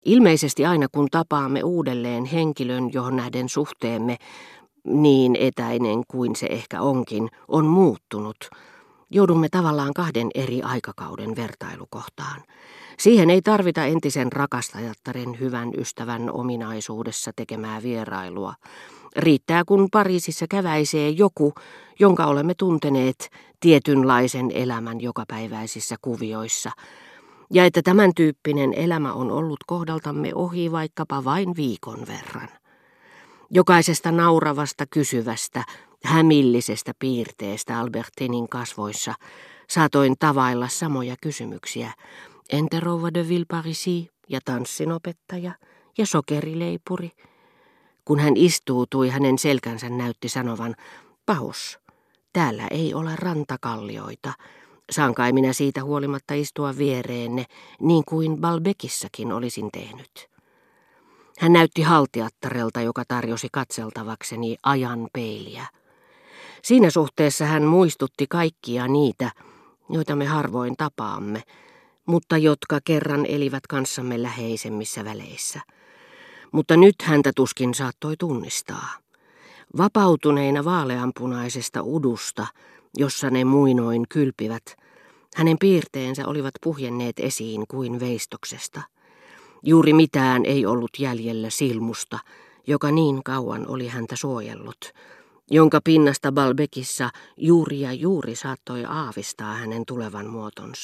Ilmeisesti aina kun tapaamme uudelleen henkilön, johon nähden suhteemme, niin etäinen kuin se ehkä onkin, on muuttunut, joudumme tavallaan kahden eri aikakauden vertailukohtaan. Siihen ei tarvita entisen rakastajattaren hyvän ystävän ominaisuudessa tekemää vierailua. Riittää, kun Pariisissa käväisee joku, jonka olemme tunteneet tietynlaisen elämän jokapäiväisissä kuvioissa, ja että tämän tyyppinen elämä on ollut kohdaltamme ohi vaikkapa vain viikon verran. Jokaisesta nauravasta, kysyvästä, hämillisestä piirteestä Albertinin kasvoissa saatoin tavailla samoja kysymyksiä. Entä rouva de Villeparisis ja tanssinopettaja ja sokerileipuri? Kun hän istuutui, hänen selkänsä näytti sanovan, pahus, täällä ei ole rantakallioita. Saan kai minä siitä huolimatta istua viereenne, niin kuin Balbekissakin olisin tehnyt. Hän näytti haltiattarelta, joka tarjosi katseltavakseni ajan peiliä. Siinä suhteessa hän muistutti kaikkia niitä, joita me harvoin tapaamme, mutta jotka kerran elivät kanssamme läheisemmissä väleissä. Mutta nyt häntä tuskin saattoi tunnistaa. Vapautuneina vaaleanpunaisesta udusta, jossa ne muinoin kylpivät, hänen piirteensä olivat puhjenneet esiin kuin veistoksesta. Juuri mitään ei ollut jäljellä silmusta, joka niin kauan oli häntä suojellut, jonka pinnasta Balbekissa juuri ja juuri saattoi aavistaa hänen tulevan muotonsa.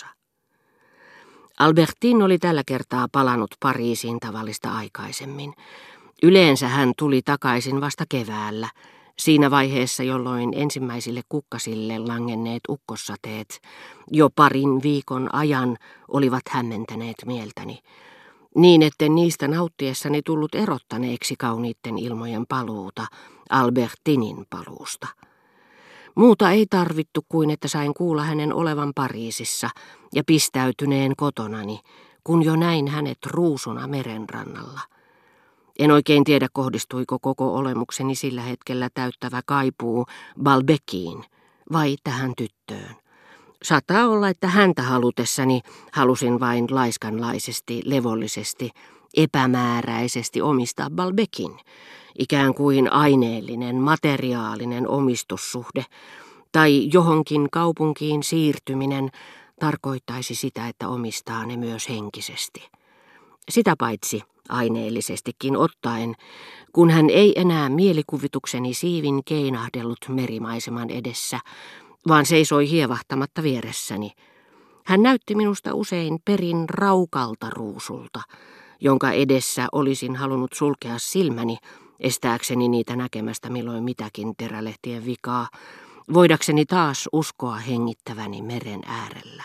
Albertine oli tällä kertaa palannut Pariisiin tavallista aikaisemmin. Yleensä hän tuli takaisin vasta keväällä, siinä vaiheessa, jolloin ensimmäisille kukkasille langenneet ukkossateet jo parin viikon ajan olivat hämmentäneet mieltäni, niin etten niistä nauttiessani tullut erottaneeksi kauniitten ilmojen paluuta, Albertinin paluusta. Muuta ei tarvittu kuin, että sain kuulla hänen olevan Pariisissa ja pistäytyneen kotonani, kun jo näin hänet ruusuna merenrannalla. En oikein tiedä, kohdistuiko koko olemukseni sillä hetkellä täyttävä kaipuu Balbekiin vai tähän tyttöön. Saattaa olla, että häntä halutessani halusin vain laiskanlaisesti, levollisesti, epämääräisesti omistaa Balbekin, ikään kuin aineellinen, materiaalinen omistussuhde, tai johonkin kaupunkiin siirtyminen tarkoittaisi sitä, että omistaa ne myös henkisesti. Sitä paitsi aineellisestikin ottaen, kun hän ei enää mielikuvitukseni siivin keinahdellut merimaiseman edessä, vaan seisoi hievahtamatta vieressäni. Hän näytti minusta usein perin raukalta ruusulta, jonka edessä olisin halunnut sulkea silmäni, estääkseni niitä näkemästä milloin mitäkin terälehtien vikaa, voidakseni taas uskoa hengittäväni meren äärellä.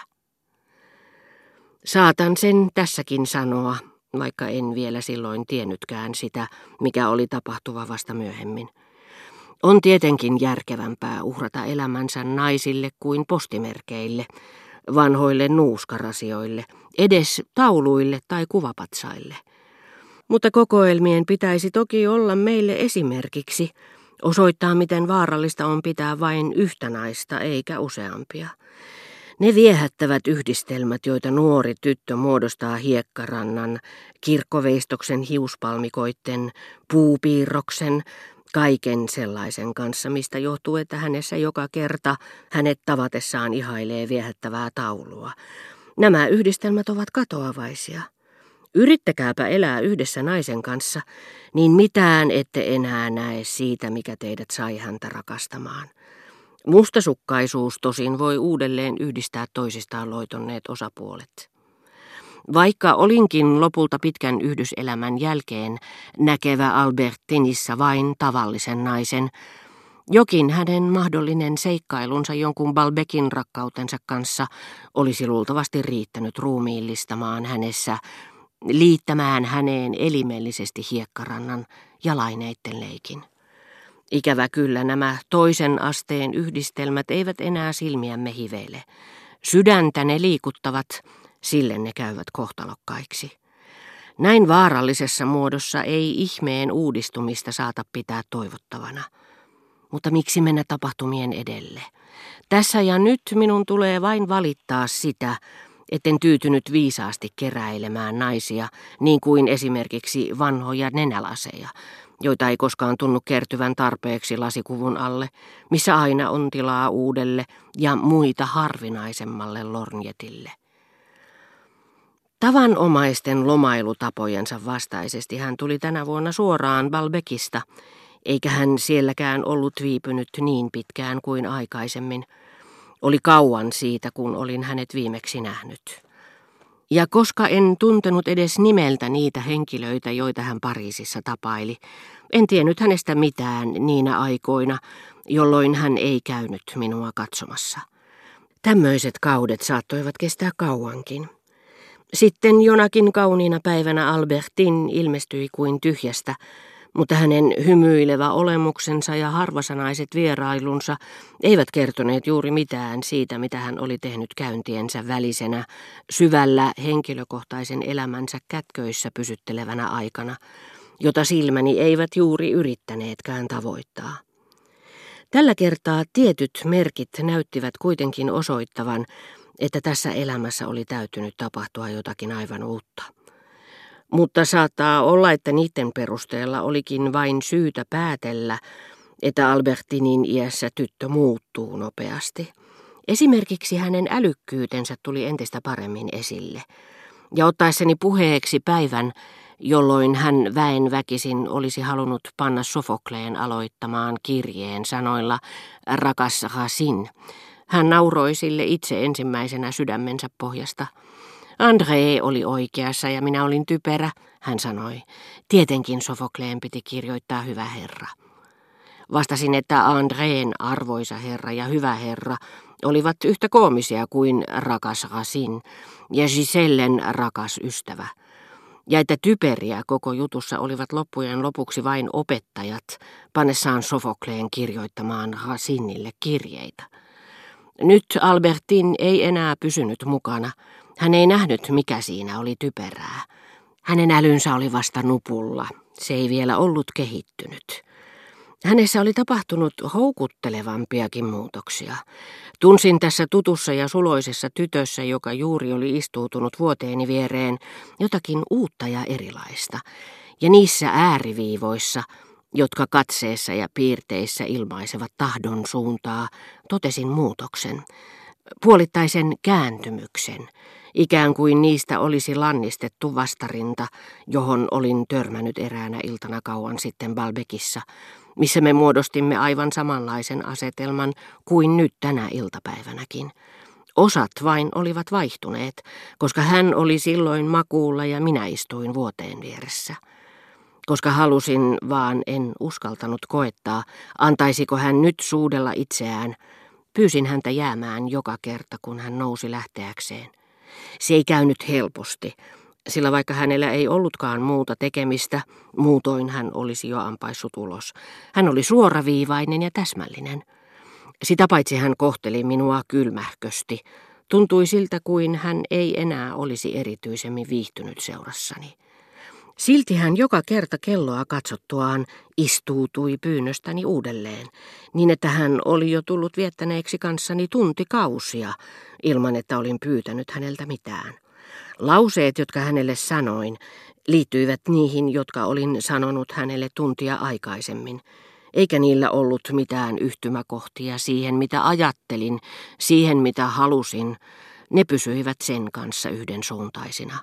Saatan sen tässäkin sanoa, vaikka en vielä silloin tiennytkään sitä, mikä oli tapahtuva vasta myöhemmin. On tietenkin järkevämpää uhrata elämänsä naisille kuin postimerkeille, vanhoille nuuskarasioille, edes tauluille tai kuvapatsaille. Mutta kokoelmien pitäisi toki olla meille esimerkiksi, osoittaa miten vaarallista on pitää vain yhtä naista eikä useampia. Ne viehättävät yhdistelmät, joita nuori tyttö muodostaa hiekkarannan, kirkkoveistoksen hiuspalmikoitten, puupiirroksen, kaiken sellaisen kanssa, mistä johtuu, että hänessä joka kerta hänet tavatessaan ihailee viehättävää taulua. Nämä yhdistelmät ovat katoavaisia. Yrittäkääpä elää yhdessä naisen kanssa, niin mitään ette enää näe siitä, mikä teidät sai häntä rakastamaan. Mustasukkaisuus tosin voi uudelleen yhdistää toisistaan loitonneet osapuolet. Vaikka olinkin lopulta pitkän yhdyselämän jälkeen näkevä Albertinissa vain tavallisen naisen, jokin hänen mahdollinen seikkailunsa jonkun Balbekin rakkautensa kanssa olisi luultavasti riittänyt ruumiillistamaan hänessä, liittämään häneen elimellisesti hiekkarannan ja laineitten leikin. Ikävä kyllä nämä toisen asteen yhdistelmät eivät enää silmiämme hiveile. Sydäntä ne liikuttavat, sille ne käyvät kohtalokkaiksi. Näin vaarallisessa muodossa ei ihmeen uudistumista saata pitää toivottavana. Mutta miksi mennä tapahtumien edelle? Tässä ja nyt minun tulee vain valittaa sitä, etten tyytynyt viisaasti keräilemään naisia, niin kuin esimerkiksi vanhoja nenälaseja, joita ei koskaan tunnu kertyvän tarpeeksi lasikuvun alle, missä aina on tilaa uudelle ja muita harvinaisemmalle lornjetille. Tavanomaisten lomailutapojensa vastaisesti hän tuli tänä vuonna suoraan Balbekista, eikä hän sielläkään ollut viipynyt niin pitkään kuin aikaisemmin. Oli kauan siitä, kun olin hänet viimeksi nähnyt. Ja koska en tuntenut edes nimeltä niitä henkilöitä, joita hän Pariisissa tapaili, en tiennyt hänestä mitään niinä aikoina, jolloin hän ei käynyt minua katsomassa. Tämmöiset kaudet saattoivat kestää kauankin. Sitten jonakin kauniina päivänä Albertine ilmestyi kuin tyhjästä, mutta hänen hymyilevä olemuksensa ja harvasanaiset vierailunsa eivät kertoneet juuri mitään siitä, mitä hän oli tehnyt käyntiensä välisenä, syvällä henkilökohtaisen elämänsä kätköissä pysyttelevänä aikana, jota silmäni eivät juuri yrittäneetkään tavoittaa. Tällä kertaa tietyt merkit näyttivät kuitenkin osoittavan, että tässä elämässä oli täytynyt tapahtua jotakin aivan uutta. Mutta saattaa olla, että niiden perusteella olikin vain syytä päätellä, että Albertinin iässä tyttö muuttuu nopeasti. Esimerkiksi hänen älykkyytensä tuli entistä paremmin esille. Ja ottaessani puheeksi päivän, jolloin hän väen väkisin olisi halunnut panna Sofokleen aloittamaan kirjeen sanoilla "Rakas Racine", hän nauroi sille itse ensimmäisenä sydämensä pohjasta. André oli oikeassa ja minä olin typerä, hän sanoi. Tietenkin Sofokleen piti kirjoittaa hyvä herra. Vastasin, että Andrén arvoisa herra ja hyvä herra olivat yhtä koomisia kuin rakas Racine ja Gisellen rakas ystävä. Ja että typeriä koko jutussa olivat loppujen lopuksi vain opettajat, pannessaan Sofokleen kirjoittamaan Racinelle kirjeitä. Nyt Albertine ei enää pysynyt mukana. Hän ei nähnyt, mikä siinä oli typerää. Hänen älynsä oli vasta nupulla. Se ei vielä ollut kehittynyt. Hänessä oli tapahtunut houkuttelevampiakin muutoksia. Tunsin tässä tutussa ja suloisessa tytössä, joka juuri oli istuutunut vuoteeni viereen, jotakin uutta ja erilaista. Ja niissä ääriviivoissa, jotka katseessa ja piirteissä ilmaisevat tahdon suuntaa, totesin muutoksen, puolittaisen kääntymyksen, ikään kuin niistä olisi lannistettu vastarinta, johon olin törmännyt eräänä iltana kauan sitten Balbekissa, missä me muodostimme aivan samanlaisen asetelman kuin nyt tänä iltapäivänäkin. Osat vain olivat vaihtuneet, koska hän oli silloin makuulla ja minä istuin vuoteen vieressä. Koska halusin, vaan en uskaltanut koettaa, antaisiko hän nyt suudella itseään, pyysin häntä jäämään joka kerta, kun hän nousi lähteäkseen. Se ei käynyt helposti, sillä vaikka hänellä ei ollutkaan muuta tekemistä, muutoin hän olisi jo ampaissut ulos. Hän oli suoraviivainen ja täsmällinen. Sitä paitsi hän kohteli minua kylmähkösti. Tuntui siltä, kuin hän ei enää olisi erityisemmin viihtynyt seurassani. Silti hän joka kerta kelloa katsottuaan istuutui pyynnöstäni uudelleen, niin että hän oli jo tullut viettäneeksi kanssani tuntikausia, ilman että olin pyytänyt häneltä mitään. Lauseet, jotka hänelle sanoin, liittyivät niihin, jotka olin sanonut hänelle tuntia aikaisemmin, eikä niillä ollut mitään yhtymäkohtia siihen, mitä ajattelin, siihen, mitä halusin. Ne pysyivät sen kanssa yhdensuuntaisina.